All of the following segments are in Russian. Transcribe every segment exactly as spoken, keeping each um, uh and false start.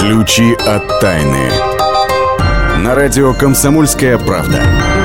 Ключи от тайны. На радио «Комсомольская правда».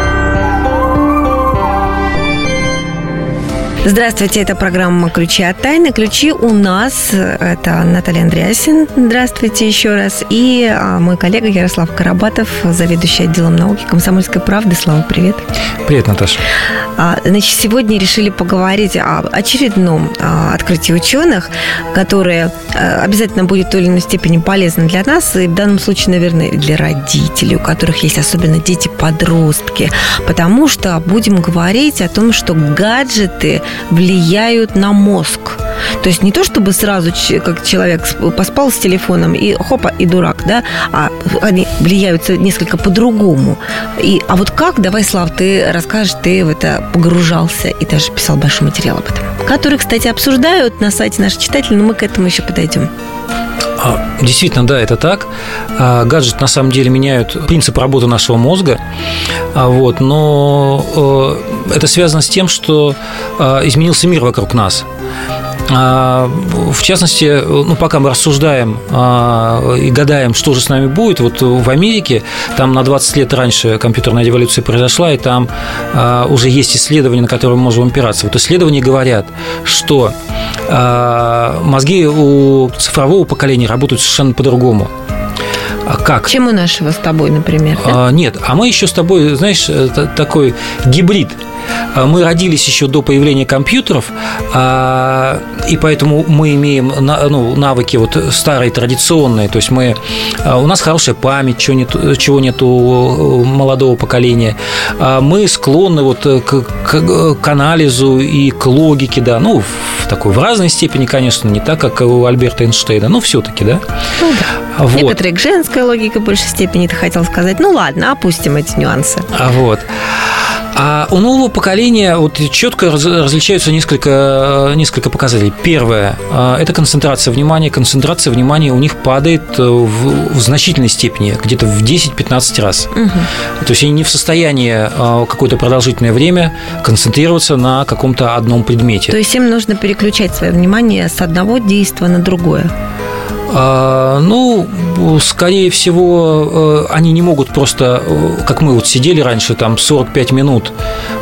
Здравствуйте, это программа «Ключи от тайны». Ключи у нас, это Наталья Андреасин, здравствуйте еще раз, и мой коллега Ярослав Карабатов, заведующий отделом науки «Комсомольской правды». Слава, привет. Привет, Наташа. Значит, сегодня решили поговорить об очередном открытии ученых, которое обязательно будет в той или иной степени полезно для нас, и в данном случае, наверное, для родителей, у которых есть особенно дети-подростки, потому что будем говорить о том, что гаджеты влияют на мозг. То есть не то, чтобы сразу, как человек поспал с телефоном и хопа, и дурак, да, а они влияют несколько по-другому. И, а вот как, давай, Слав, ты расскажешь, ты в это погружался и даже писал большой материал об этом, который, кстати, обсуждают на сайте наших читателей, но мы к этому еще подойдем. Действительно, да, это так. Гаджеты на самом деле меняют принцип работы нашего мозга, вот, но это связано с тем, что изменился мир вокруг нас. В частности, ну, пока мы рассуждаем и гадаем, что же с нами будет, вот в Америке, там на двадцать лет раньше компьютерная революция произошла, и там уже есть исследования, на которые мы можем опираться. Вот исследования говорят, что мозги у цифрового поколения работают совершенно по-другому. Как? Чем у нашего с тобой, например? Да? А, нет, а мы еще с тобой, знаешь, такой гибрид. Мы родились еще до появления компьютеров, и поэтому мы имеем ну, навыки вот старые, традиционные. То есть мы, у нас хорошая память, чего нет, чего нет у молодого поколения. Мы склонны вот к, к, к анализу и к логике, да, ну, в такой в разной степени, конечно, не так, как у Альберта Эйнштейна, но все-таки, да. Ну да. Вот. Некоторые к женской логике в большей степени, ты хотел сказать. Ну ладно, опустим эти нюансы. А вот. А у нового поколения вот четко различаются несколько, несколько показателей. Первое – это концентрация внимания. Концентрация внимания у них падает в, в значительной степени, где-то в десять-пятнадцать раз. Угу. То есть они не в состоянии какое-то продолжительное время концентрироваться на каком-то одном предмете. То есть им нужно переключать свое внимание с одного действия на другое. Ну, скорее всего, они не могут просто, как мы вот сидели раньше, там сорок пять минут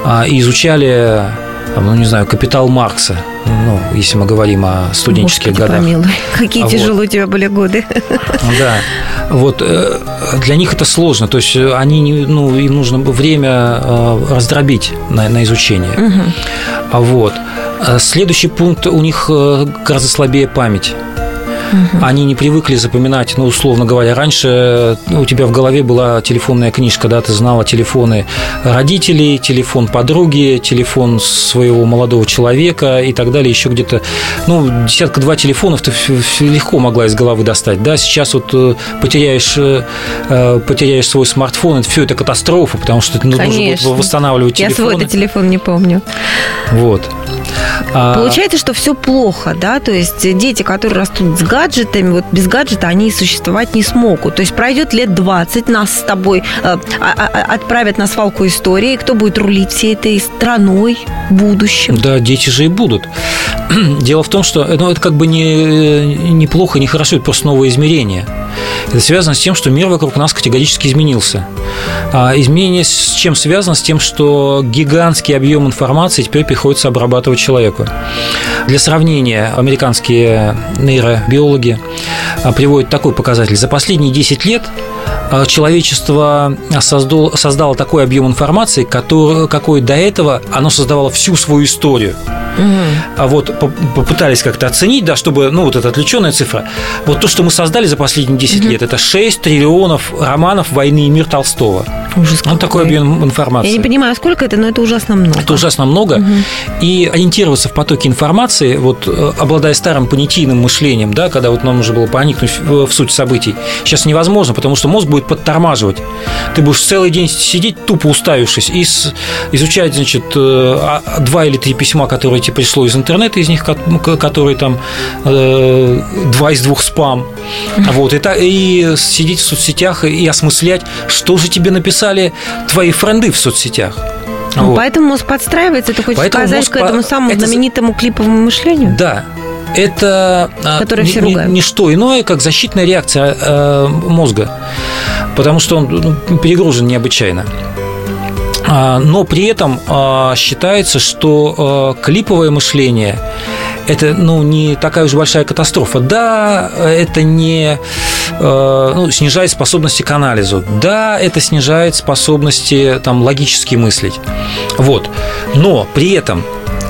и изучали, ну, не знаю, «Капитал» Маркса, ну, если мы говорим о студенческих Господи, годах. Помилуй. Какие а тяжелые вот. У тебя были годы. Да, вот для них это сложно, то есть они, ну, им нужно время раздробить на, на изучение. Угу. Вот. Следующий пункт, у них гораздо слабее память. Угу. Они не привыкли запоминать, ну, условно говоря, раньше у тебя в голове была телефонная книжка, да, ты знала телефоны родителей, телефон подруги, телефон своего молодого человека и так далее, еще где-то, ну, десятка-два телефонов ты легко могла из головы достать, да, сейчас вот потеряешь, потеряешь свой смартфон, это все это катастрофа, потому что ты нужно восстанавливать телефон. Я свой-то телефон не помню. Вот. Получается, что все плохо, да, то есть дети, которые растут с гаджетами, вот без гаджета они существовать не смогут. То есть пройдет лет двадцать, нас с тобой э, отправят на свалку истории, кто будет рулить всей этой страной в будущем. Да, дети же и будут. Дело в том, что ну, это как бы не, не плохо, не хорошо, это просто новое измерение. Это связано с тем, что мир вокруг нас категорически изменился. А изменение с чем связано? С тем, что гигантский объем информации теперь приходится обрабатывать человеку. Для сравнения, американские нейробиологи приводят такой показатель. За последние десять лет человечество создало, создало такой объем информации, который, какой до этого оно создавало всю свою историю. Mm-hmm. А вот попытались как-то оценить, да, чтобы, ну, вот эта отвлеченная цифра. Вот то, что мы создали за последние десять mm-hmm. лет, это шесть триллионов романов «Войны и мир» Толстого. Ужас какой. Вот такой объем информации. Я не понимаю, сколько это, но это ужасно много. Это ужасно много. Mm-hmm. И ориентироваться в потоке информации, вот обладая старым понятийным мышлением, да, когда вот нам нужно было проникнуть в суть событий, сейчас невозможно, потому что мозг будет подтормаживать. Ты будешь целый день сидеть, тупо уставившись, и изучать, значит, два или три письма, которые тебе пришло из интернета, из них, которые там два из двух спам. Вот, и, и сидеть в соцсетях и осмыслять, что же тебе написали твои френды в соцсетях. Вот. Поэтому мозг подстраивается, ты хочешь Поэтому сказать, к этому самому это... знаменитому клиповому мышлению? Да. это не, не, не что иное, как защитная реакция э, мозга, потому что он ну, перегружен необычайно. Но при этом считается, что клиповое мышление – это ну, не такая уж большая катастрофа. Да, это не ну, снижает способности к анализу. Да, это снижает способности там, логически мыслить. Вот. Но при этом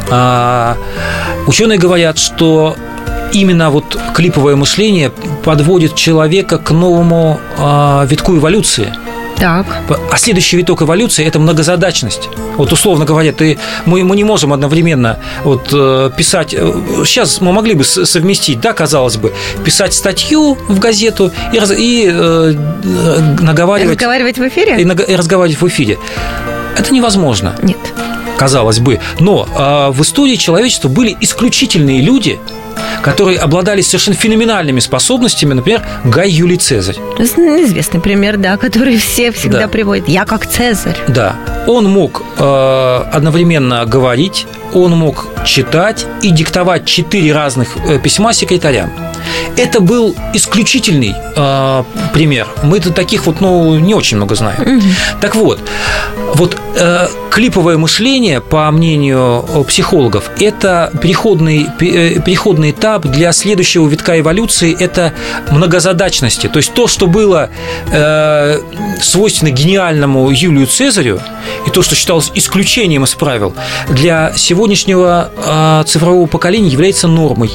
ученые говорят, что именно вот клиповое мышление подводит человека к новому витку эволюции. Так. А следующий виток эволюции – это многозадачность. Вот условно говоря, ты, мы, мы не можем одновременно вот, писать… Сейчас мы могли бы совместить, да, казалось бы, писать статью в газету и, раз, и э, наговаривать… Разговаривать в эфире? И, и разговаривать в эфире. Это невозможно. Нет. Казалось бы. Но э, в истории человечества были исключительные люди, которые обладали совершенно феноменальными способностями, например, Гай Юлий Цезарь. Известный пример, да, который все всегда да. приводят. Я как Цезарь. Да. Он мог э, одновременно говорить, он мог читать и диктовать четыре разных э, письма секретарям. Это был исключительный э, пример. Мы-то таких вот, ну, не очень много знаем. Угу. Так вот, вот э, клиповое мышление, по мнению психологов, это переходный, переходный этап для следующего витка эволюции, это многозадачности. То есть то, что было э, свойственно гениальному Юлию Цезарю, и то, что считалось исключением из правил, для сегодняшнего э, цифрового поколения является нормой.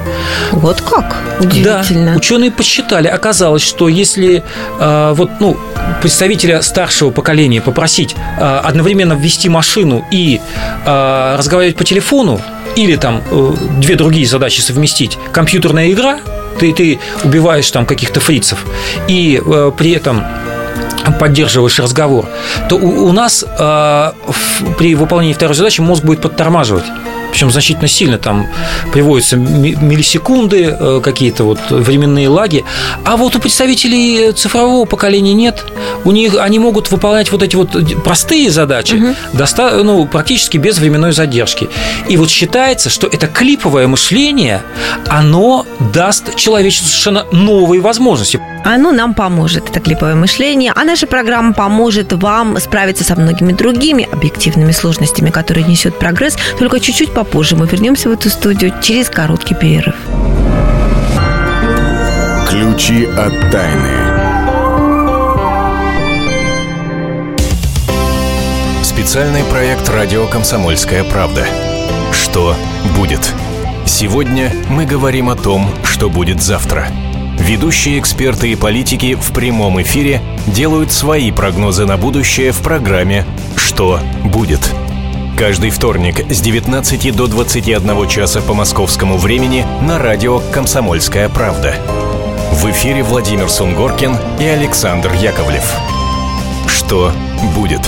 Вот как? Удивительно. Да, ученые посчитали. Оказалось, что если э, вот, ну, представителя старшего поколения попросить э, одновременно ввести машину и э, разговаривать по телефону, или там э, две другие задачи совместить, компьютерная игра, ты, ты убиваешь там каких-то фрицев, и э, при этом поддерживаешь разговор, то у, у нас э, в, при выполнении второй задачи мозг будет подтормаживать. Причем значительно сильно, там приводятся миллисекунды, какие-то вот временные лаги. А вот у представителей цифрового поколения нет. У них они могут выполнять вот эти вот простые задачи угу. доста- ну, практически без временной задержки. И вот считается, что это клиповое мышление, оно даст человечеству совершенно новые возможности. Оно нам поможет, это клиповое мышление. А наша программа поможет вам справиться со многими другими объективными сложностями, которые несет прогресс. Только чуть-чуть попозже мы вернемся в эту студию через короткий перерыв. Ключи от тайны. Специальный проект «Радио Комсомольская правда». Что будет? Сегодня мы говорим о том, что будет завтра. Ведущие эксперты и политики в прямом эфире делают свои прогнозы на будущее в программе «Что будет?». Каждый вторник с девятнадцати до двадцати одного часа по московскому времени на радио «Комсомольская правда». В эфире Владимир Сунгоркин и Александр Яковлев. Что будет?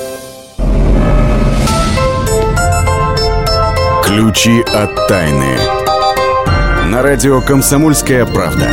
Ключи от тайны. На радио «Комсомольская правда».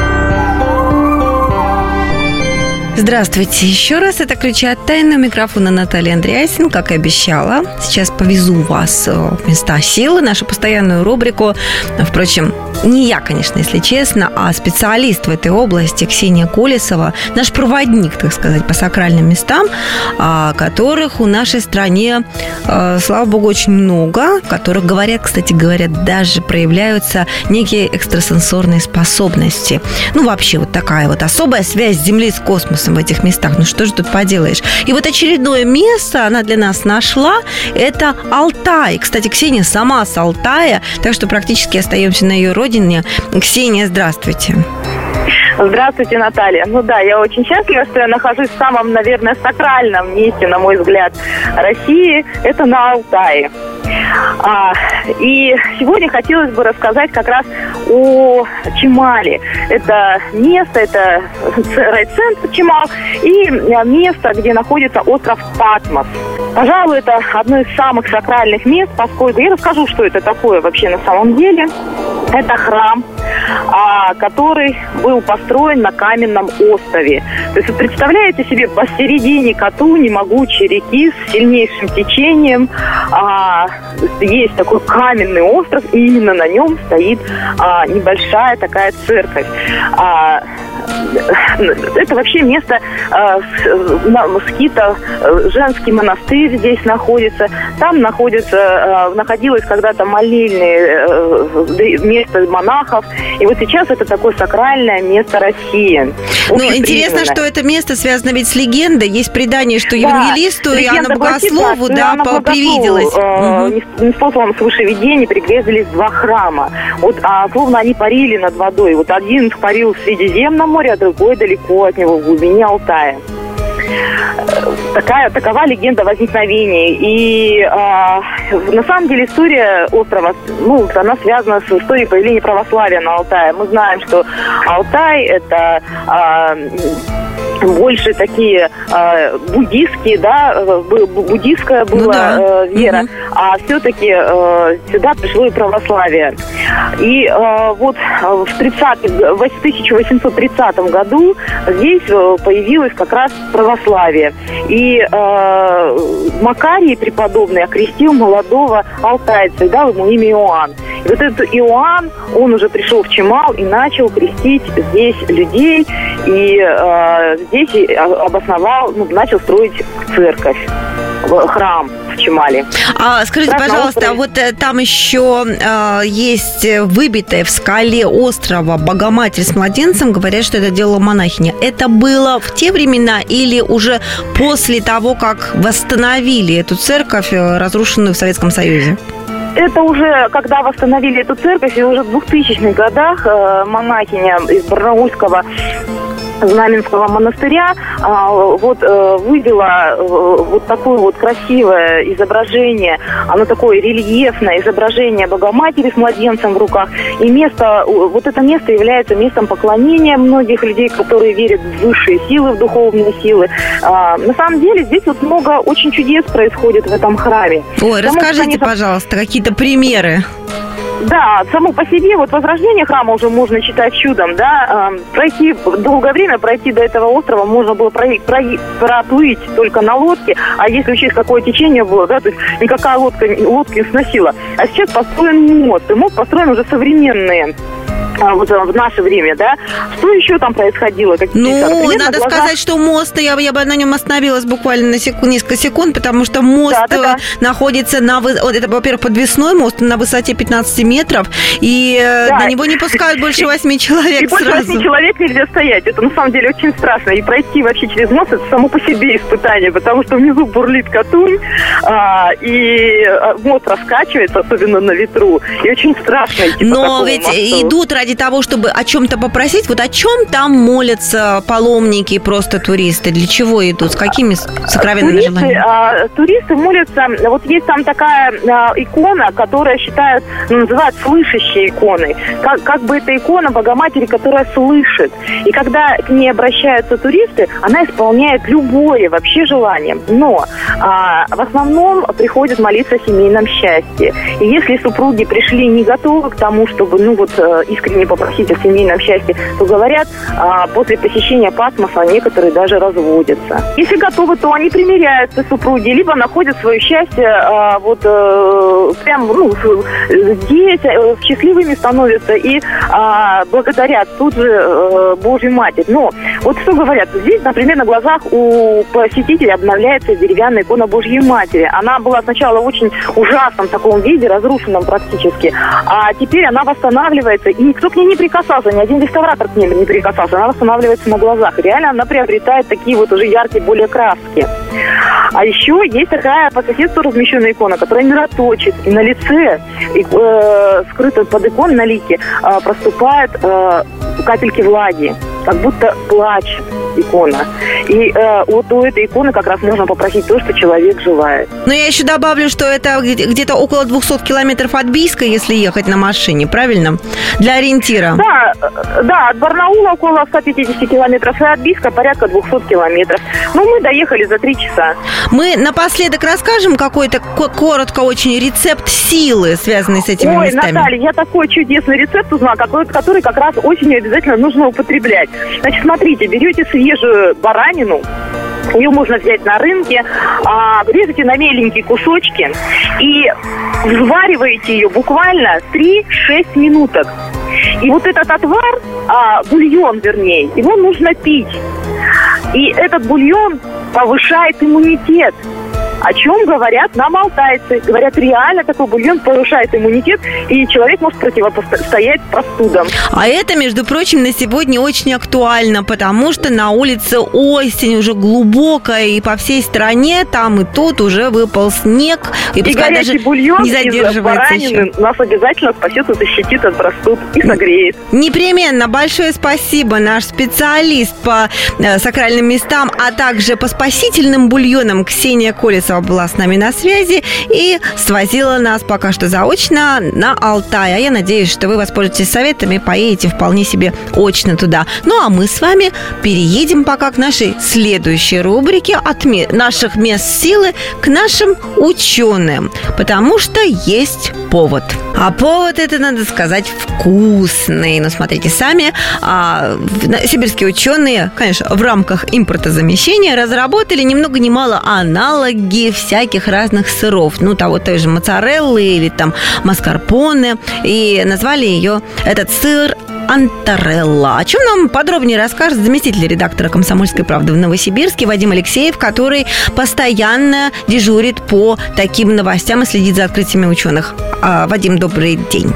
Здравствуйте еще раз. Это «Ключи от тайны». У микрофона Наталья Андреасин. Как и обещала, сейчас повезу вас в места силы, нашу постоянную рубрику. Впрочем, не я, конечно, если честно, а специалист в этой области Ксения Колесова, наш проводник, так сказать, по сакральным местам, которых у нашей стране, слава богу, очень много, которых, говорят, кстати, говорят, даже проявляются некие экстрасенсорные способности. Ну, вообще, вот такая вот особая связь Земли с космосом в этих местах. Ну, что же тут поделаешь? И вот очередное место она для нас нашла. Это Алтай. Кстати, Ксения сама с Алтая, так что практически остаемся на ее родине. Ксения, здравствуйте. Здравствуйте, Наталья. Ну да, я очень счастлива, что я нахожусь в самом, наверное, сакральном месте, на мой взгляд, России. Это на Алтае. А, и сегодня хотелось бы рассказать как раз о Чимале. Это место, это райцентр Чимал и место, где находится остров Патмос. Пожалуй, это одно из самых сакральных мест, поскольку я расскажу, что это такое вообще на самом деле. Это храм, а, который был построен на каменном острове. То есть, вы представляете себе, посередине Катуни могучей реки с сильнейшим течением а, есть такой каменный остров, и именно на нем стоит а, небольшая такая церковь. А, это вообще место э, скита, женский монастырь здесь находится. Там находится, э, находилось когда-то молельное э, место монахов. И вот сейчас это такое сакральное место России. Ну, интересно, что это место связано ведь с легендой. Есть предание, что евангелисту да, Иоанну Богослову да, привиделось. Э, угу. Неспосланному свыше видения пригрезились два храма. Вот, а, словно они парили над водой. Вот один парил в Средиземном море, а другой далеко от него, в глубине Алтая. Такая, такова легенда возникновения. И э, на самом деле история острова, ну, она связана с историей появления православия на Алтае. Мы знаем, что Алтай – это э, больше такие э, буддистские, да, буддистская была ну, да. э, вера, угу. а все-таки э, сюда пришло и православие. И э, вот в тысяча восемьсот тридцатом году здесь появилось как раз православие. И э, Макарий преподобный окрестил молодого алтайца и дал ему имя Иоанн. И вот этот Иоанн, он уже пришел в Чимал и начал крестить здесь людей, и э, здесь обосновал, ну, начал строить церковь, храм в Чимале. А, скажите, Страшно пожалуйста, остров. вот там еще э, есть выбитая в скале острова Богоматерь с младенцем, говорят, что это делала монахиня. Это было в те времена или уже после того, как восстановили эту церковь, разрушенную в Советском Союзе? Это уже, когда восстановили эту церковь, и уже в двухтысячных годах э, монахиня из Барнаульского Знаменского монастыря а, вот а, вывела а, вот такое вот красивое изображение, оно такое рельефное изображение Богоматери с младенцем в руках. И место, вот это место является местом поклонения многих людей, которые верят в высшие силы, в духовные силы. А, на самом деле здесь вот много очень чудес происходит в этом храме. Ой, Потому расскажите, что, конечно, пожалуйста, какие-то примеры. Да, само по себе вот возрождение храма уже можно считать чудом, да. Пройти, долгое время пройти до этого острова можно было про, про, проплыть только на лодке, а если учесть, какое течение было, да, то есть никакая лодка лодки не сносила. А сейчас построен мост, и мост построен уже современный. Вот в наше время, да? Что еще там происходило? Ну, надо глазах... сказать, что мост, я, я бы на нем остановилась буквально на секунд, несколько секунд, потому что мост да, да, да. находится на... Вот это, во-первых, подвесной мост на высоте пятнадцать метров, и да. на него не пускают больше восьми человек и сразу. больше восьми человек нельзя стоять. Это, на самом деле, очень страшно. И пройти вообще через мост, это само по себе испытание, потому что внизу бурлит Катунь, а, и мост раскачивается, особенно на ветру, и очень страшно идти по такому Но ведь мосту. Идут ради того, чтобы о чем-то попросить, вот о чем там молятся паломники и просто туристы? Для чего идут? С какими сокровенными туристы, желаниями? А, туристы молятся, вот есть там такая а, икона, которая считают, ну, называют слышащей иконой. Как, как бы это икона Богоматери, которая слышит. И когда к ней обращаются туристы, она исполняет любое вообще желание. Но а, в основном приходят молиться о семейном счастье. И если супруги пришли не готовы к тому, чтобы, ну вот, искренне не попросить о семейном счастье, то говорят, а, после посещения пасмоса некоторые даже разводятся. Если готовы, то они примиряются, супруги, либо находят свое счастье а, вот а, прям, ну, здесь а, счастливыми становятся и а, благодарят тут же а, Божью Матерь. Но вот что говорят, здесь, например, на глазах у посетителей обновляется деревянная икона Божьей Матери. Она была сначала в очень ужасном таком виде, разрушенном практически, а теперь она восстанавливается, и никто к ней не прикасался, ни один реставратор к ней не прикасался, она восстанавливается на глазах. Реально она приобретает такие вот уже яркие более краски. А еще есть такая по соседству размещенная икона, которая мироточит, и на лице, и, э, скрыто под иконой на лике, э, проступают э, капельки влаги, как будто плачет икона. И э, вот у этой иконы как раз можно попросить то, что человек желает. Но я еще добавлю, что это где-то около двухсот километров от Бийска, если ехать на машине, правильно? Для ориентира. Да, да, от Барнаула около сто пятьдесят километров и от Бийска порядка двести километров. Ну, мы доехали за три часа. Мы напоследок расскажем какой-то коротко очень рецепт силы, связанный с этими Ой, местами. Ой, Наталья, я такой чудесный рецепт узнала, который, который как раз осенью обязательно нужно употреблять. Значит, смотрите, берете свежую баранину, ее можно взять на рынке, а, режете на меленькие кусочки и взвариваете ее буквально три-шесть минуток. И вот этот отвар, а, бульон вернее, его нужно пить. И этот бульон повышает иммунитет. О чем говорят нам алтайцы. Говорят, реально такой бульон повышает иммунитет, и человек может противостоять простудам. А это, между прочим, на сегодня очень актуально, потому что на улице осень уже глубокая, и по всей стране там и тут уже выпал снег. И, и горячий бульон не задерживается из баранины еще. Нас обязательно спасет и защитит от простуд и согреет. Непременно. Большое спасибо, наш специалист по сакральным местам, а также по спасительным бульонам Ксения Колесова была с нами на связи и свозила нас пока что заочно на Алтай. А я надеюсь, что вы воспользуетесь советами и поедете вполне себе очно туда. Ну, а мы с вами переедем пока к нашей следующей рубрике от наших мест силы к нашим ученым, потому что есть повод. А повод это, надо сказать, вкусный. Ну, смотрите сами, а, сибирские ученые, конечно, в рамках импортозамещения разработали ни много ни мало аналоги всяких разных сыров, ну, того той же моцареллы или там маскарпоне, и назвали ее, этот сыр, Антарелла. О чем нам подробнее расскажет заместитель редактора «Комсомольской правды» в Новосибирске Вадим Алексеев, который постоянно дежурит по таким новостям и следит за открытиями ученых. А, Вадим, добрый день.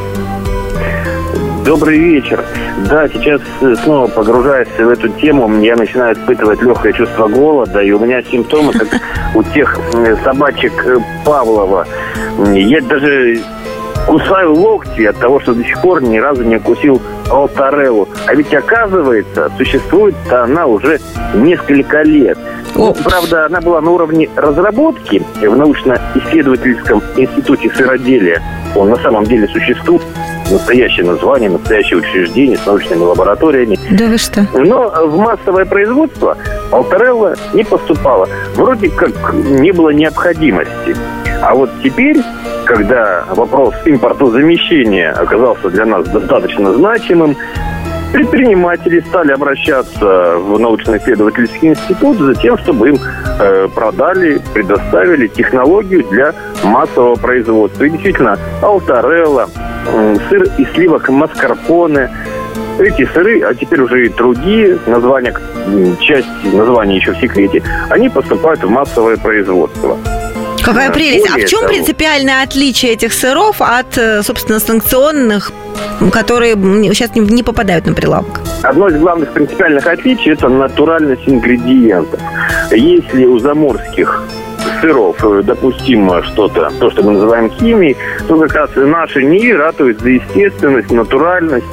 Добрый вечер. Да, сейчас снова погружаясь в эту тему, я начинаю испытывать легкое чувство голода, и у меня симптомы, как у тех собачек Павлова. Я даже кусаю локти от того, что до сих пор ни разу не укусил алтареллу. А ведь, оказывается, существует-то она уже несколько лет. Ну, правда, она была на уровне разработки в научно-исследовательском институте сыроделия. Он на самом деле существует. Настоящее название, настоящее учреждение с научными лабораториями. Да вы что? Но в массовое производство алтарелла не поступала. Вроде как не было необходимости. А вот теперь, когда вопрос импортозамещения оказался для нас достаточно значимым, предприниматели стали обращаться в научно-исследовательский институт за тем, чтобы им э, продали, предоставили технологию для массового производства. И действительно, алтарелла, э, сыр из сливок маскарпоне, эти сыры, а теперь уже и другие, названия, часть названий еще в секрете, они поступают в массовое производство. Какая прелесть. А в чем принципиальное отличие этих сыров от, собственно, санкционных, которые сейчас не попадают на прилавок? Одно из главных принципиальных отличий – это натуральность ингредиентов. Если у заморских сыров допустимо что-то, то, что мы называем химией, то как раз наши НИИ ратуют за естественность, натуральность.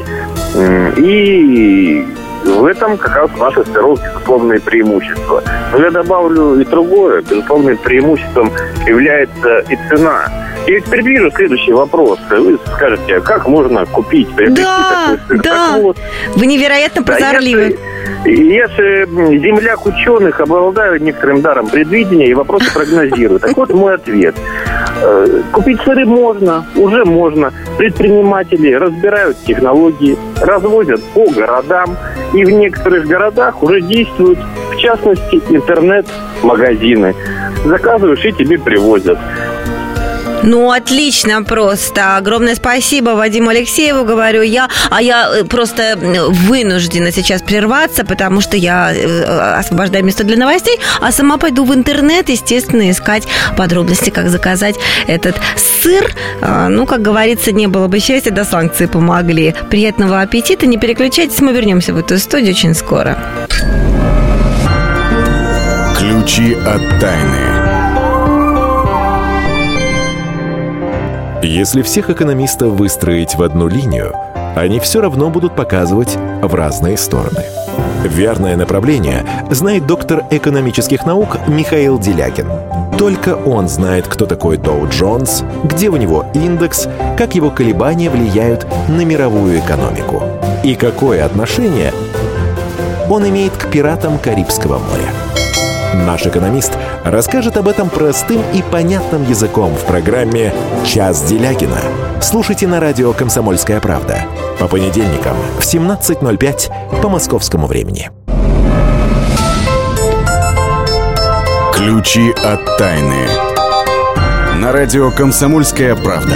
И в этом как раз наши сыров безусловные преимущества. Но я добавлю и другое. Безусловным преимуществом является и цена. Я теперь вижу следующий вопрос. Вы скажете, как можно купить, приобрести да, такой сыр? Да, так вот, вы невероятно прозорливы. Да, я же земляк ученых, обладаю некоторым даром предвидения и вопросы прогнозирую. Так вот мой ответ. Купить сыры можно, уже можно. Предприниматели разбирают технологии, развозят по городам. И в некоторых городах уже действуют, в частности, интернет-магазины. Заказываешь, и тебе привозят. Ну, отлично просто. Огромное спасибо Вадиму Алексееву, говорю я. А я просто вынуждена сейчас прерваться, потому что я освобождаю место для новостей, а сама пойду в интернет, естественно, искать подробности, как заказать этот сыр. Ну, как говорится, не было бы счастья, да санкции помогли. Приятного аппетита, не переключайтесь, мы вернемся в эту студию очень скоро. Ключи от тайны. Если всех экономистов выстроить в одну линию, они все равно будут показывать в разные стороны. Верное направление знает доктор экономических наук Михаил Делякин. Только он знает, кто такой Доу Джонс, где у него индекс, как его колебания влияют на мировую экономику. И какое отношение он имеет к пиратам Карибского моря? Наш экономист расскажет об этом простым и понятным языком в программе «Час Делягина». Слушайте на радио «Комсомольская правда» по понедельникам в семнадцать ноль пять по московскому времени. Ключи от тайны. На радио «Комсомольская правда».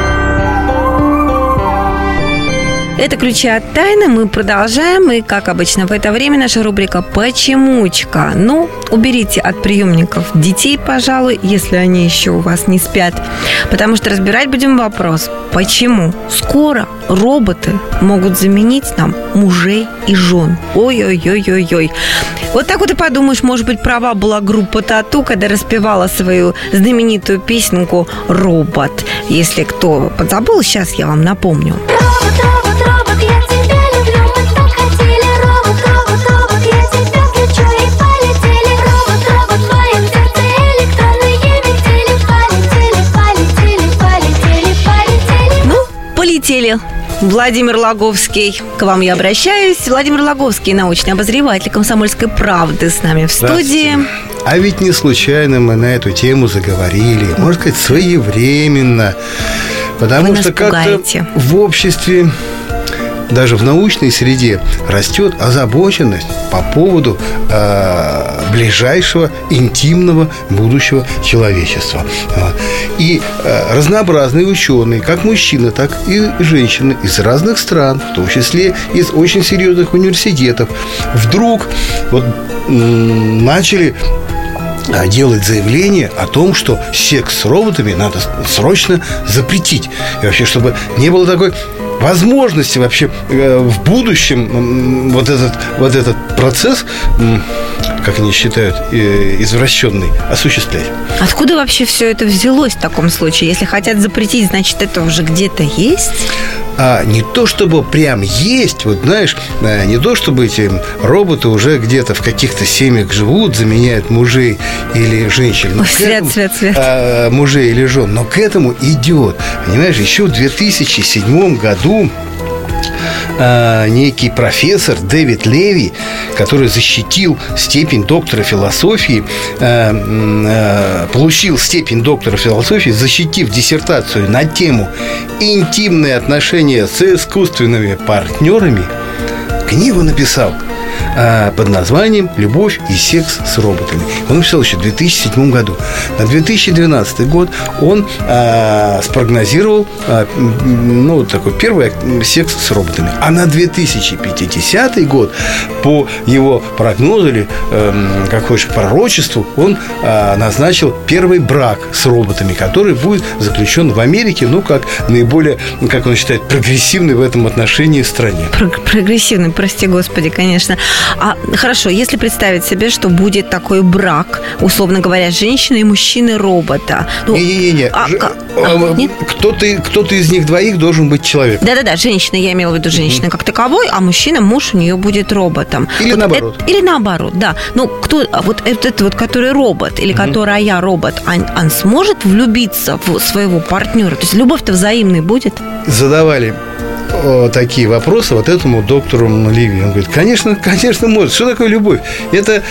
Это «Ключи от тайны». Мы продолжаем. И, как обычно, в это время наша рубрика «Почемучка». Ну, уберите от приемников детей, пожалуй, если они еще у вас не спят. Потому что разбирать будем вопрос, почему скоро роботы могут заменить нам мужей и жен. Ой-ой-ой-ой-ой. Вот так вот и подумаешь, может быть, права была группа «Тату», когда распевала свою знаменитую песенку «Робот». Если кто подзабыл, сейчас я вам напомню. Робот, робот, я тебя люблю, мы так хотели. Робот, робот, робот, я тебя включу и полетели. Робот, робот, в твоем сердце электронные метели. Полетели, полетели, полетели, полетели. Ну, полетели. Владимир Логовский, к вам я обращаюсь. Владимир Логовский, научный обозреватель «Комсомольской правды», с нами в студии. А ведь не случайно мы на эту тему заговорили. Можно сказать, своевременно. Потому Вы что нас как-то пугаете. в обществе, даже в научной среде, растет озабоченность по поводу э, ближайшего интимного будущего человечества. Вот. И э, разнообразные ученые, как мужчины, так и женщины из разных стран, в том числе из очень серьезных университетов, вдруг вот, м- начали делать заявление о том, что секс с роботами надо срочно запретить. И вообще, чтобы не было такой возможности вообще э, в будущем вот этот, вот этот процесс, э, как они считают, э, извращенный, осуществлять. Откуда вообще все это взялось в таком случае? Если хотят запретить, значит, это уже где-то есть? А не то, чтобы прям есть, вот знаешь, не то, чтобы эти роботы уже где-то в каких-то семьях живут, заменяют мужей или женщин. Ой, свет, этому, свет, свет. А, мужей или жен. Но к этому идет. Понимаешь, еще в две тысячи седьмом году а, некий профессор Дэвид Леви, который защитил степень доктора философии, а, а, получил степень доктора философии, защитив диссертацию на тему «Интимные отношения с искусственными партнерами», книгу написал под названием «Любовь и секс с роботами». Он написал еще в две тысячи седьмом году. На две тысячи двенадцатый год он а, спрогнозировал а, ну, такой первый секс с роботами. А на две тысячи пятидесятый год по его прогнозу или, а, как хочешь, пророчеству, он а, назначил первый брак с роботами, который будет заключен в Америке, ну, как наиболее, как он считает, прогрессивный в этом отношении стране. Прогрессивный, прости господи, конечно. А хорошо, если представить себе, что будет такой брак, условно говоря, женщины и мужчины робота. Ну, Не-не-не. а, Ж... а, кто-то, кто-то из них двоих должен быть человеком. Да-да-да, женщина, я имела в виду женщина mm-hmm. как таковой, а мужчина, муж у нее будет роботом. Или вот наоборот. Это, или наоборот, да. Ну, кто, вот этот вот, который робот, или mm-hmm. которая робот, он, он сможет влюбиться в своего партнера? То есть любовь-то взаимной будет? Задавали такие вопросы вот этому доктору Леви. Он говорит, конечно, конечно может. Что такое любовь? Это,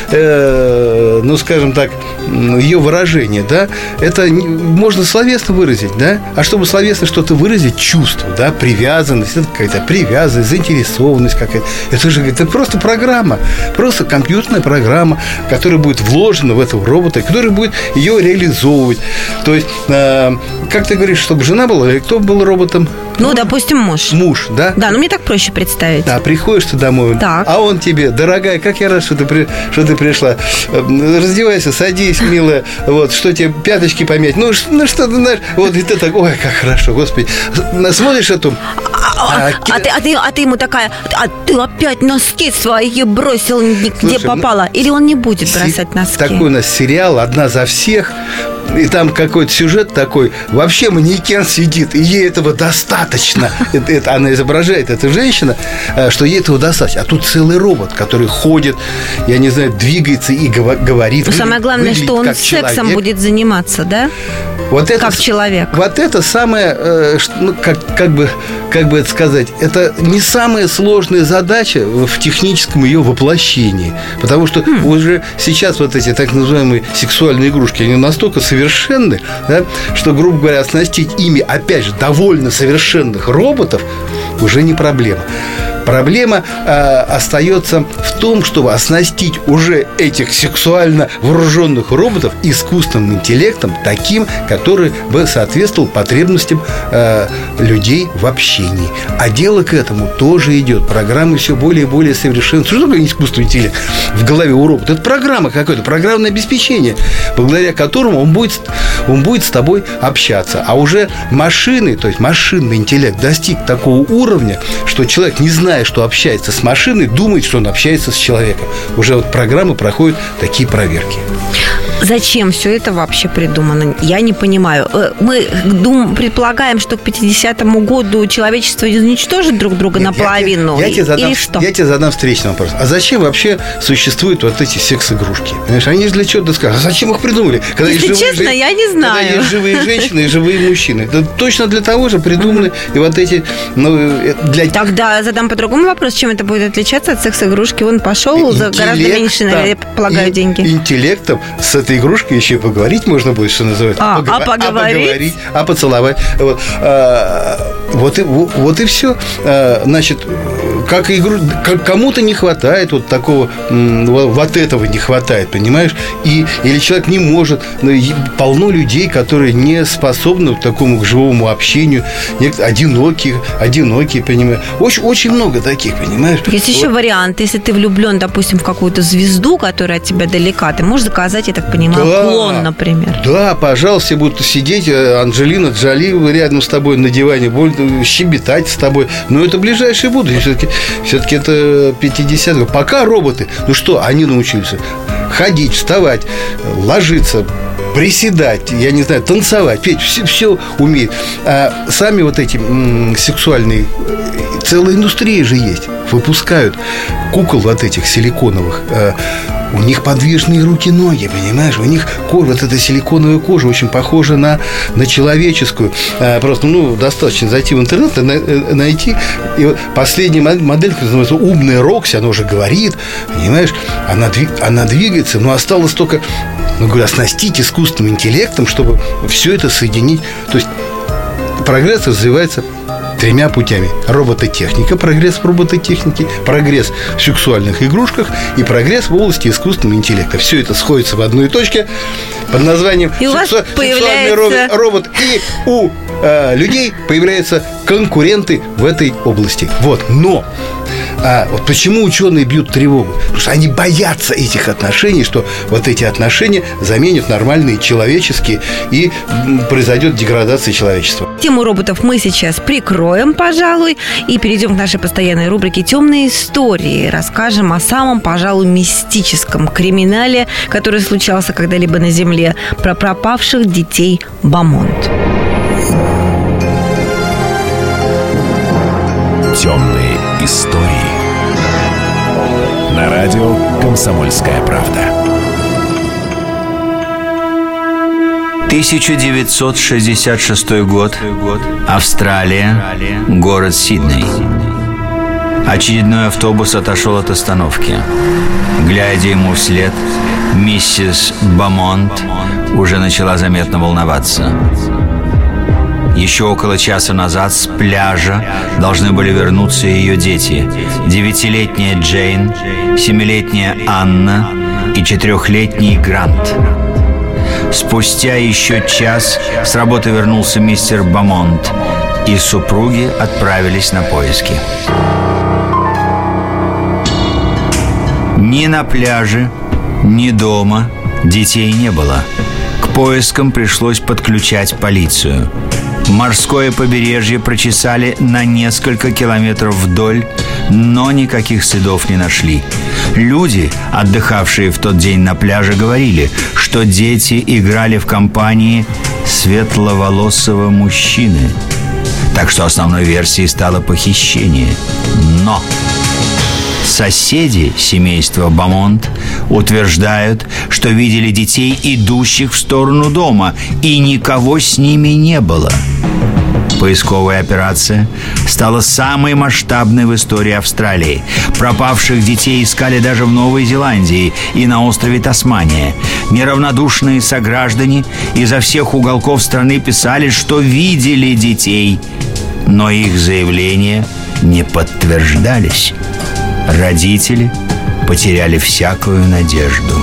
э, ну, скажем так, ее выражение, да? Это можно словесно выразить, да? А чтобы словесно что-то выразить, чувство, да? Привязанность, это какая-то привязанность, заинтересованность какая-то. Это же это просто программа, просто компьютерная программа, которая будет вложена в этого робота, который будет ее реализовывать. То есть, э, как ты говоришь, чтобы жена была, или кто был роботом? Ну, ну, допустим, муж. Муж, да? Да, ну мне так проще представить. Да, приходишь ты домой, так. а он тебе, дорогая, как я рад, что ты, при, что ты пришла. Раздевайся, садись, милая. Вот, что тебе, пяточки помять. Ну, ну что ты знаешь, вот и ты так, ой, как хорошо, господи. Смотришь эту... А, а, а, ты, а, ты, а ты ему такая, а ты опять носки свои бросил, где Слушай, попало. Или он не будет бросать носки? Такой у нас сериал «Одна за всех». И там какой-то сюжет такой. Вообще манекен сидит, и ей этого достаточно. это, это, она изображает, эта женщина, что ей этого достаточно. А тут целый робот, который ходит, я не знаю, двигается и говорит. Но самое главное, что он сексом человек. будет заниматься, да? Вот это, как человек. Вот это самое, ну, как как бы, как бы это сказать, это не самая сложная задача в техническом ее воплощении. Потому что mm. уже сейчас вот эти так называемые сексуальные игрушки, они настолько совершенны, да, что, грубо говоря, оснастить ими, опять же, довольно совершенных роботов уже не проблема. Проблема э, остается в том, чтобы оснастить уже этих сексуально вооруженных роботов искусственным интеллектом, таким, который бы соответствовал потребностям э, людей в общении. А дело к этому тоже идет. Программы все более и более совершенны. Что такое искусственный интеллект в голове у робота? Это программа какая-то, программное обеспечение, благодаря которому он будет, он будет с тобой общаться. А уже машины, то есть машинный интеллект достиг такого уровня, что человек, не зная, что общается с машиной, думает, что он общается с человеком. Уже вот программы проходят такие проверки. Зачем все это вообще придумано? Я не понимаю. Мы дум, предполагаем, что к пятидесятому году человечество уничтожит друг друга Нет, наполовину. Я, я, тебе задам, или что? Я тебе задам встречный вопрос. А зачем вообще существуют вот эти секс-игрушки? Понимаешь, они же для чего-то скажут. А зачем их придумали? Когда Если честно, жен... я не знаю. Когда есть живые женщины и живые мужчины. Это точно для того же придуманы uh-huh. и вот эти... Ну, для... Тогда задам по-другому вопрос. Чем это будет отличаться от секс-игрушки? Он пошел за гораздо меньше, я полагаю, и, деньги. Интеллектом с этой игрушкой еще и поговорить можно будет, что называется. А, Погов... а поговорить? А поговорить, а поцеловать. Вот, а, вот, и, вот и все. А, значит, как игру... кому-то не хватает вот такого, вот этого не хватает, понимаешь? И, или человек не может. Полно людей, которые не способны к такому к живому общению. Одинокие, одинокие, понимаешь? Очень, очень много таких, понимаешь? Есть вот. Еще вариант. Если ты влюблен, допустим, в какую-то звезду, которая от тебя далека, ты можешь заказать, я так понимаю, да, клон, например. Да, пожалуйста, все будут сидеть, Анджелина Джоли рядом с тобой на диване, будут щебетать с тобой. Но это ближайшее будущее. Все-таки, все-таки это пятидесятые. Пока роботы, ну что, они научились ходить, вставать, ложиться, приседать, я не знаю, танцевать, петь, все, все умеет. А сами вот эти м, сексуальные, целая индустрия же есть. Выпускают кукол вот этих силиконовых. А, у них подвижные руки-ноги, понимаешь? У них кожа, вот эта силиконовая кожа очень похожа на, на человеческую. А, просто, ну, достаточно зайти в интернет и найти. И вот последняя модель, которая называется «Умная Рокси», она уже говорит, понимаешь? Она, она двигается, но осталось только... Ну, говорю, оснастить искусственным интеллектом, чтобы все это соединить. То есть прогресс развивается тремя путями. Робототехника, прогресс в робототехнике, прогресс в сексуальных игрушках и прогресс в области искусственного интеллекта. Все это сходится в одной точке под названием и у вас сексу... появляется... сексуальный робот. И у э, людей появляются конкуренты в этой области. Вот, но... А вот почему ученые бьют тревогу? Потому что они боятся этих отношений, что вот эти отношения заменят нормальные человеческие, и произойдет деградация человечества. Тему роботов мы сейчас прикроем, пожалуй, и перейдем к нашей постоянной рубрике «Темные истории». Расскажем о самом, пожалуй, мистическом криминале, который случался когда-либо на Земле, про пропавших детей Бамонт. Темные истории. На радио «Комсомольская правда». тысяча девятьсот шестьдесят шестой год. Австралия. Город Сидней. Очередной автобус отошел от остановки. Глядя ему вслед, миссис Бамонт уже начала заметно волноваться. Еще около часа назад с пляжа должны были вернуться ее дети. Девятилетняя Джейн, семилетняя Анна и четырехлетний Грант. Спустя еще час с работы вернулся мистер Бамонт, и супруги отправились на поиски. Ни на пляже, ни дома детей не было. К поискам пришлось подключать полицию. Морское побережье прочесали на несколько километров вдоль, но никаких следов не нашли. Люди, отдыхавшие в тот день на пляже, говорили, что дети играли в компании светловолосого мужчины. Так что основной версией стало похищение. Но соседи семейства Бамонт утверждают, что видели детей, идущих в сторону дома, и никого с ними не было. Поисковая операция стала самой масштабной в истории Австралии. Пропавших детей искали даже в Новой Зеландии и на острове Тасмания. Неравнодушные сограждане изо всех уголков страны писали, что видели детей, но их заявления не подтверждались. Родители потеряли всякую надежду.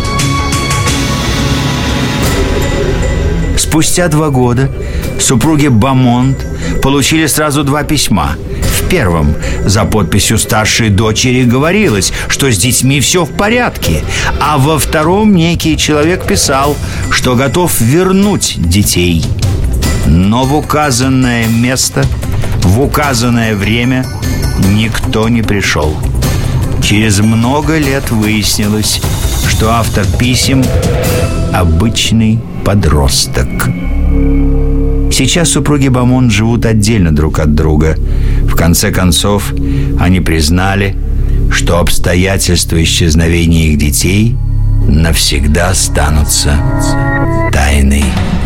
Спустя два года супруги Бамонт получили сразу два письма. В первом за подписью старшей дочери говорилось, что с детьми все в порядке, а во втором некий человек писал, что готов вернуть детей. Но в указанное место, в указанное время никто не пришел. Через много лет выяснилось, что автор писем – обычный подросток. Сейчас супруги Бамонт живут отдельно друг от друга. В конце концов, они признали, что обстоятельства исчезновения их детей навсегда останутся тайной.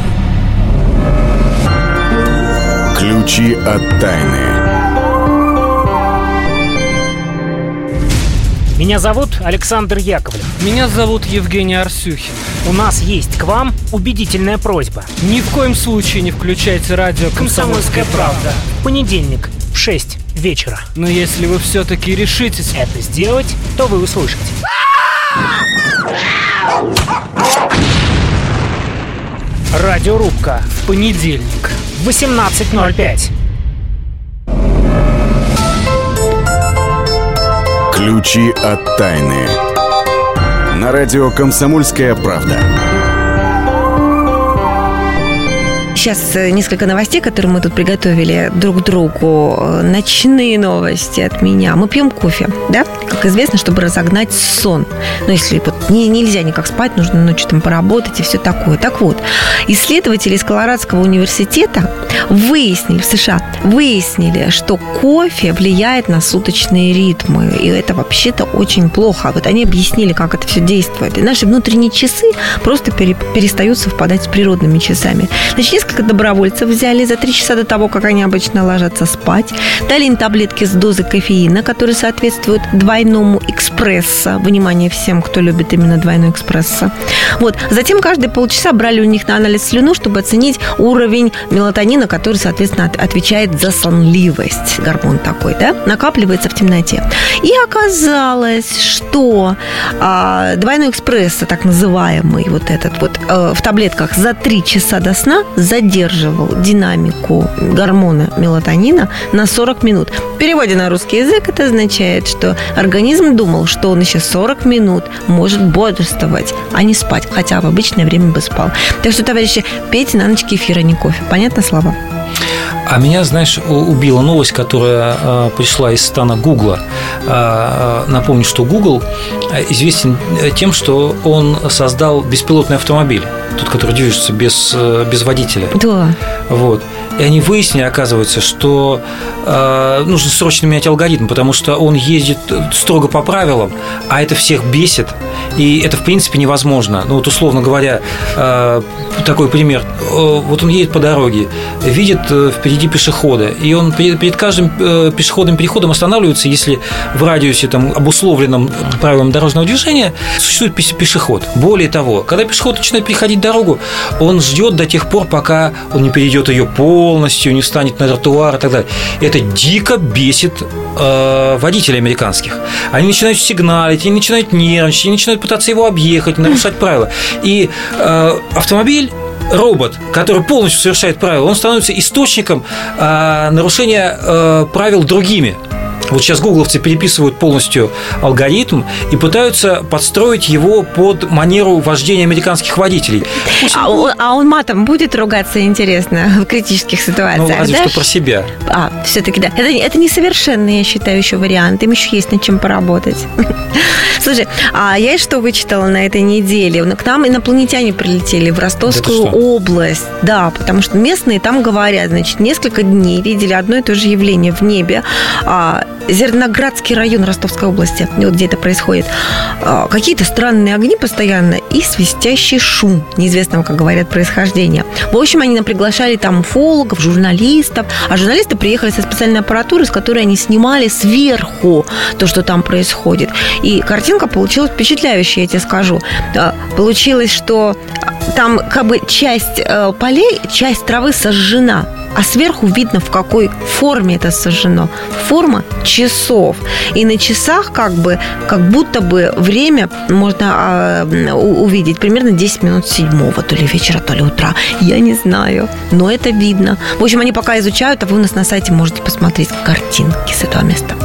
Ключи от тайны. Меня зовут Александр Яковлев. Меня зовут Евгений Арсюхин. У нас есть к вам убедительная просьба. Ни в коем случае не включайте радио «Комсомольская правда». В понедельник в шесть вечера. Но если вы все-таки решитесь это сделать, то вы услышите. Радиорубка в понедельник в восемнадцать ноль пять. Ключи от тайны. На радио «Комсомольская правда». Сейчас несколько новостей, которые мы тут приготовили друг другу. Ночные новости от меня. Мы пьем кофе, да? Как известно, чтобы разогнать сон. Но если вот не, нельзя никак спать, нужно ночью там поработать и все такое. Так вот, исследователи из Колорадского университета выяснили, в США, выяснили, что кофе влияет на суточные ритмы. И это вообще-то очень плохо. Вот они объяснили, как это все действует. И наши внутренние часы просто пере, перестают совпадать с природными часами. Значит, несколько добровольцев взяли за три часа до того, как они обычно ложатся спать. Дали им таблетки с дозой кофеина, которые соответствуют двойному экспрессо. Внимание всем, кто любит именно двойной экспрессо. Вот. Затем каждые полчаса брали у них на анализ слюну, чтобы оценить уровень мелатонина, который, соответственно, отвечает за сонливость. Гормон такой, да? Накапливается в темноте. И оказалось, что а, двойной экспрессо, так называемый вот этот вот, а, в таблетках за три часа до сна задерживал динамику гормона мелатонина на сорок минут. В переводе на русский язык это означает, что организм думал, что он еще сорок минут может бодрствовать, а не спать, хотя в обычное время бы спал. Так что, товарищи, пейте на ночь кефир, а не кофе. Понятно, Слава? А меня, знаешь, убила новость, которая э, пришла из стана Гугла. Э, напомню, что Google известен тем, что он создал беспилотный автомобиль, тот, который движется без, без водителя. Да. Вот. И они выяснили, оказывается, что э, нужно срочно менять алгоритм, потому что он ездит строго по правилам, а это всех бесит, и это, в принципе, невозможно. Ну, вот, условно говоря, э, такой пример. Вот он едет по дороге, видит впереди пешехода, и он перед каждым пешеходным переходом останавливается, если в радиусе, там, обусловленном правилам дорожного движения, существует пешеход. Более того, когда пешеход начинает переходить дорогу, он ждет до тех пор, пока он не перейдет ее полностью, не встанет на тротуар и так далее. Это дико бесит э, водителей американских. Они начинают сигналить, они начинают нервничать, они начинают пытаться его объехать, нарушать правила. И э, автомобиль, робот, который полностью совершает правила, он становится источником э, нарушения э, правил другими. Вот сейчас гугловцы переписывают полностью алгоритм и пытаются подстроить его под манеру вождения американских водителей. А он, а он матом будет ругаться, интересно, в критических ситуациях? Ну, разве да? что про себя. А, все-таки да. Это, это несовершенный, я считаю, еще вариант. Им еще есть над чем поработать. Слушай, а я что вычитала на этой неделе? К нам инопланетяне прилетели в Ростовскую Да область. Да, потому что местные там говорят, значит, несколько дней видели одно и то же явление в небе. А, Зерноградский район Ростовской области, вот где это происходит. А, какие-то странные огни постоянно и свистящий шум неизвестного, как говорят, происхождения. В общем, они нам приглашали там уфологов, журналистов. А журналисты приехали со специальной аппаратурой, с которой они снимали сверху то, что там происходит. И картинка получилась впечатляющая, я тебе скажу. Получилось, что там как бы часть полей, часть травы сожжена, а сверху видно, в какой форме это сожжено. Форма часов. И на часах как бы, как будто бы время можно э, увидеть примерно десять минут седьмого, то ли вечера, то ли утра. Я не знаю, но это видно. В общем, они пока изучают, а вы у нас на сайте можете посмотреть картинки с этого места.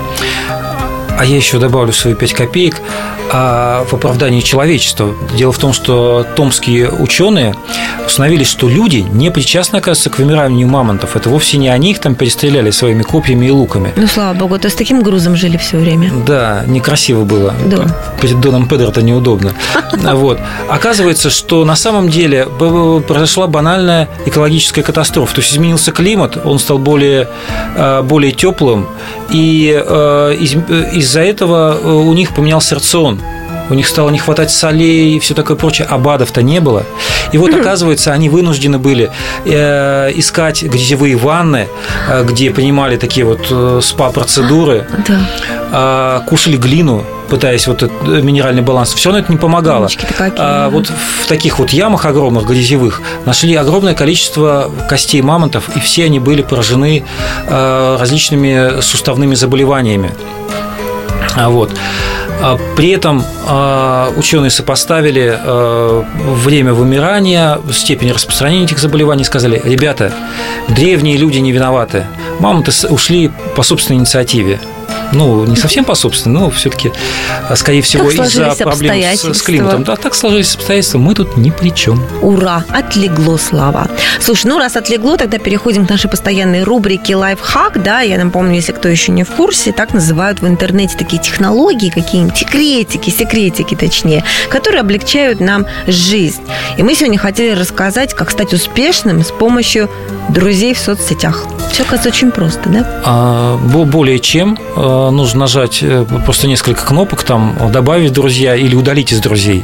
А я еще добавлю свои пять копеек в оправдании человечества. Дело в том, что томские ученые установили, что люди не причастны, оказывается, к вымиранию мамонтов. Это вовсе не они их там перестреляли своими копьями и луками. Ну, слава богу, то с таким грузом жили все время. Да, некрасиво было. Да. Перед Доном Педро-то неудобно. Вот. Оказывается, что на самом деле произошла банальная экологическая катастрофа. То есть изменился климат, он стал более, более теплым, и из-за этого у них поменялся рацион. У них стало не хватать солей и все такое прочее, а БАДов-то не было. И вот, оказывается, они вынуждены были э, искать грязевые ванны, э, где принимали такие вот э, спа-процедуры, э, кушали глину, пытаясь вот этот минеральный баланс. Все равно это не помогало. А вот в таких вот ямах огромных, грязевых, нашли огромное количество костей мамонтов, и все они были поражены э, различными суставными заболеваниями. Вот. При этом ученые сопоставили время вымирания, степень распространения этих заболеваний, и сказали: ребята, древние люди не виноваты, мамонты ушли по собственной инициативе. Ну, не совсем по собственной, но все-таки, скорее всего, из-за проблем с, с климатом. Да, так сложились обстоятельства, мы тут ни при чем. Ура, отлегло, Слава. Слушай, ну раз отлегло, тогда переходим к нашей постоянной рубрике «Лайфхак». Да, я напомню, если кто еще не в курсе, так называют в интернете такие технологии, какие-нибудь секретики, секретики точнее, которые облегчают нам жизнь. И мы сегодня хотели рассказать, как стать успешным с помощью друзей в соцсетях. Все, кажется, очень просто, да? А, более чем. Нужно нажать просто несколько кнопок, там, добавить друзья или удалить из друзей.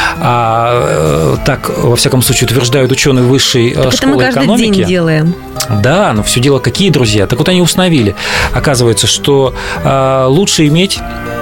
А, так, во всяком случае, утверждают ученые высшей так школы это мы экономики. Каждый день делаем. Да, но все дело, какие друзья. Так вот, они установили. Оказывается, что а, лучше иметь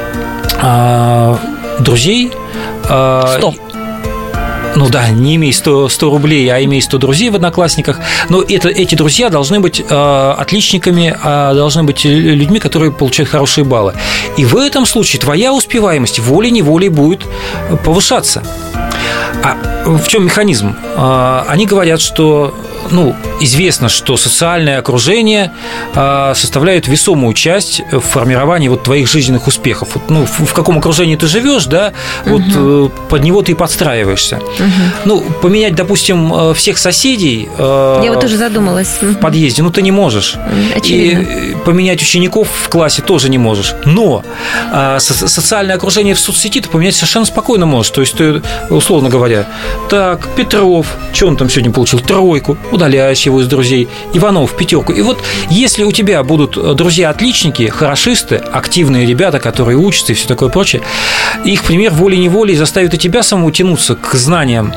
а, друзей. А, Стоп. Ну да, не имей сто, сто рублей, а имей сто друзей в Одноклассниках. Но это, эти друзья должны быть э, отличниками, э, должны быть людьми, которые получают хорошие баллы. И в этом случае твоя успеваемость волей-неволей будет повышаться. А в чем механизм? Э, они говорят, что ну, известно, что социальное окружение э, составляет весомую часть в формировании вот твоих жизненных успехов. Вот, ну, в, в каком окружении ты живешь, да, вот uh-huh. э, под него ты и подстраиваешься. Uh-huh. Ну, поменять, допустим, всех соседей э, Я вот тоже задумалась. В подъезде, ну, ты не можешь. Очевидно. И поменять учеников в классе тоже не можешь. Но э, со- социальное окружение в соцсети ты поменять совершенно спокойно можешь. То есть ты, условно говоря, так, Петров, что он там сегодня получил? Тройку. Удаляешь его из друзей, Иванов пятерку. И вот если у тебя будут друзья-отличники, хорошисты, активные ребята, которые учатся и все такое прочее, их пример волей-неволей заставит и тебя самому тянуться к знаниям.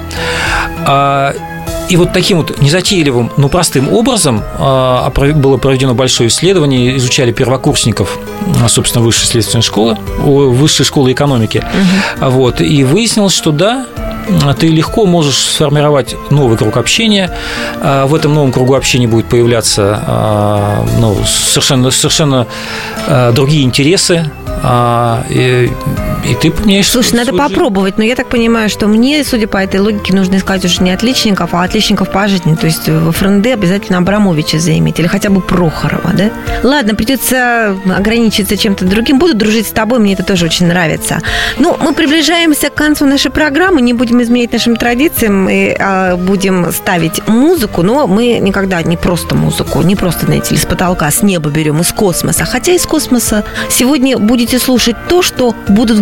И вот таким вот незатейливым, но простым образом было проведено большое исследование, изучали первокурсников, собственно, высшей следственной школы, высшей школы экономики. Угу. Вот, и выяснилось, что да, ты легко можешь сформировать новый круг общения. В этом новом кругу общения будут появляться ну, совершенно, совершенно другие интересы. И, и ты поменяешь. Слушай, надо попробовать, но я так понимаю, что мне, судя по этой логике, нужно искать уже не отличников, а отличников по жизни. То есть во френды обязательно Абрамовича заиметь или хотя бы Прохорова, да? Ладно, придется ограничиться чем-то другим. Буду дружить с тобой, мне это тоже очень нравится. Ну, мы приближаемся к концу нашей программы, не будем изменять нашим традициям и а, будем ставить музыку, но мы никогда не просто музыку, не просто, знаете ли, с потолка, с неба берем, из космоса. Хотя из космоса сегодня будете слушать то, что будут в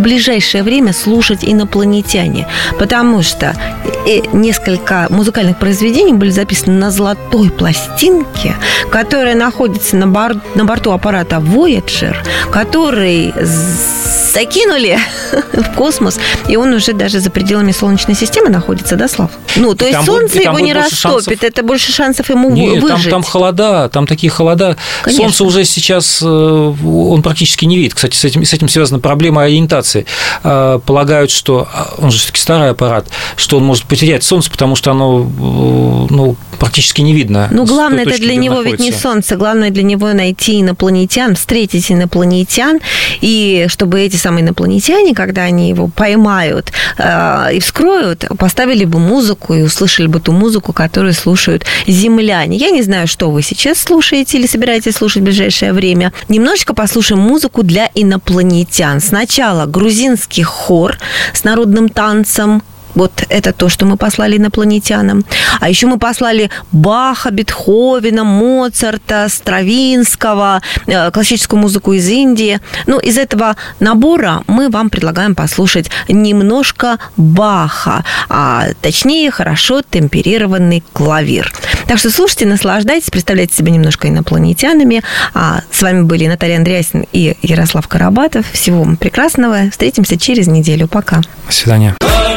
ближайшее время слушать инопланетяне, потому что несколько музыкальных произведений были записаны на золотой пластинке, которая находится на, бор- на борту аппарата Voyager, который закинули в космос, и он уже даже за пределами Солнечной системы находится, да, Слав? Ну, то есть солнце будет, его не растопит, шансов... это больше шансов ему Нет, выжить. Там, там холода, там такие холода. Конечно. Солнце уже сейчас, он практически не видит. Кстати, с этим, с этим связана проблема ориентации. Полагают, что, он же все-таки старый аппарат, что он может потерять солнце, потому что оно, ну, практически не видно. Ну, главное это для него ведь не солнце, главное для него найти инопланетян, встретить инопланетян, и чтобы эти самые инопланетяне, когда они его поймают э, и вскроют, поставили бы музыку и услышали бы ту музыку, которую слушают земляне. Я не знаю, что вы сейчас слушаете или собираетесь слушать в ближайшее время. Немножечко послушаем музыку для инопланетян. Сначала грузинский хор с народным танцем. Вот это то, что мы послали инопланетянам. А еще мы послали Баха, Бетховена, Моцарта, Стравинского, классическую музыку из Индии. Ну, из этого набора мы вам предлагаем послушать немножко Баха, а точнее, хорошо темперированный клавир. Так что слушайте, наслаждайтесь, представляйте себя немножко инопланетянами. А с вами были Наталья Андреасин и Ярослав Карабатов. Всего вам прекрасного. Встретимся через неделю. Пока. До свидания.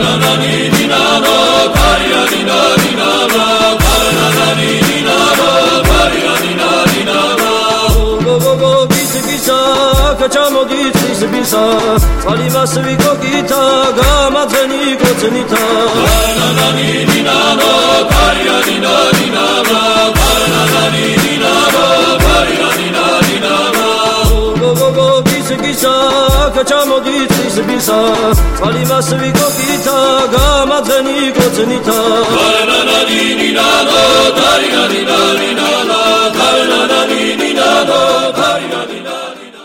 Facciamo di si bisa, quali massi cogita, gama zeni cozenita. Na na ni ni na no, caria ni na ni na na, na na ni ni na no, caria ni na ni na na. Go go go kisa kisa, facciamo di si bisa, quali massi cogita, gama zeni cozenita. Na na ni ni na no, caria ni na ni na na, na na ni ni na no, caria ni na.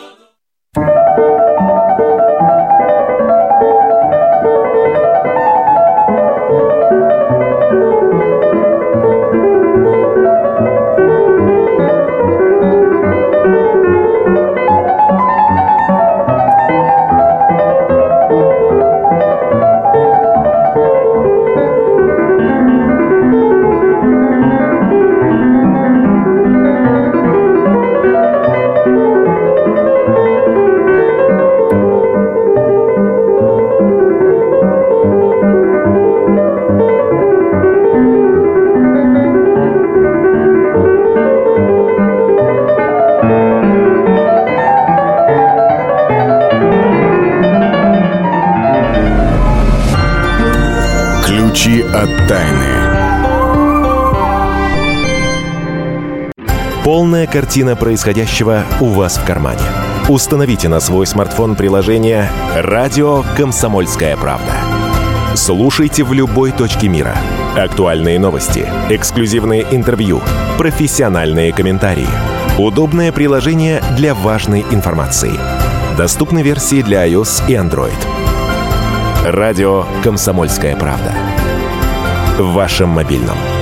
От тайны. Полная картина происходящего у вас в кармане. Установите на свой смартфон приложение «Радио Комсомольская правда». Слушайте в любой точке мира. Актуальные новости, эксклюзивные интервью, профессиональные комментарии. Удобное приложение для важной информации. Доступны версии для iOS и Android. «Радио Комсомольская правда». В вашем мобильном.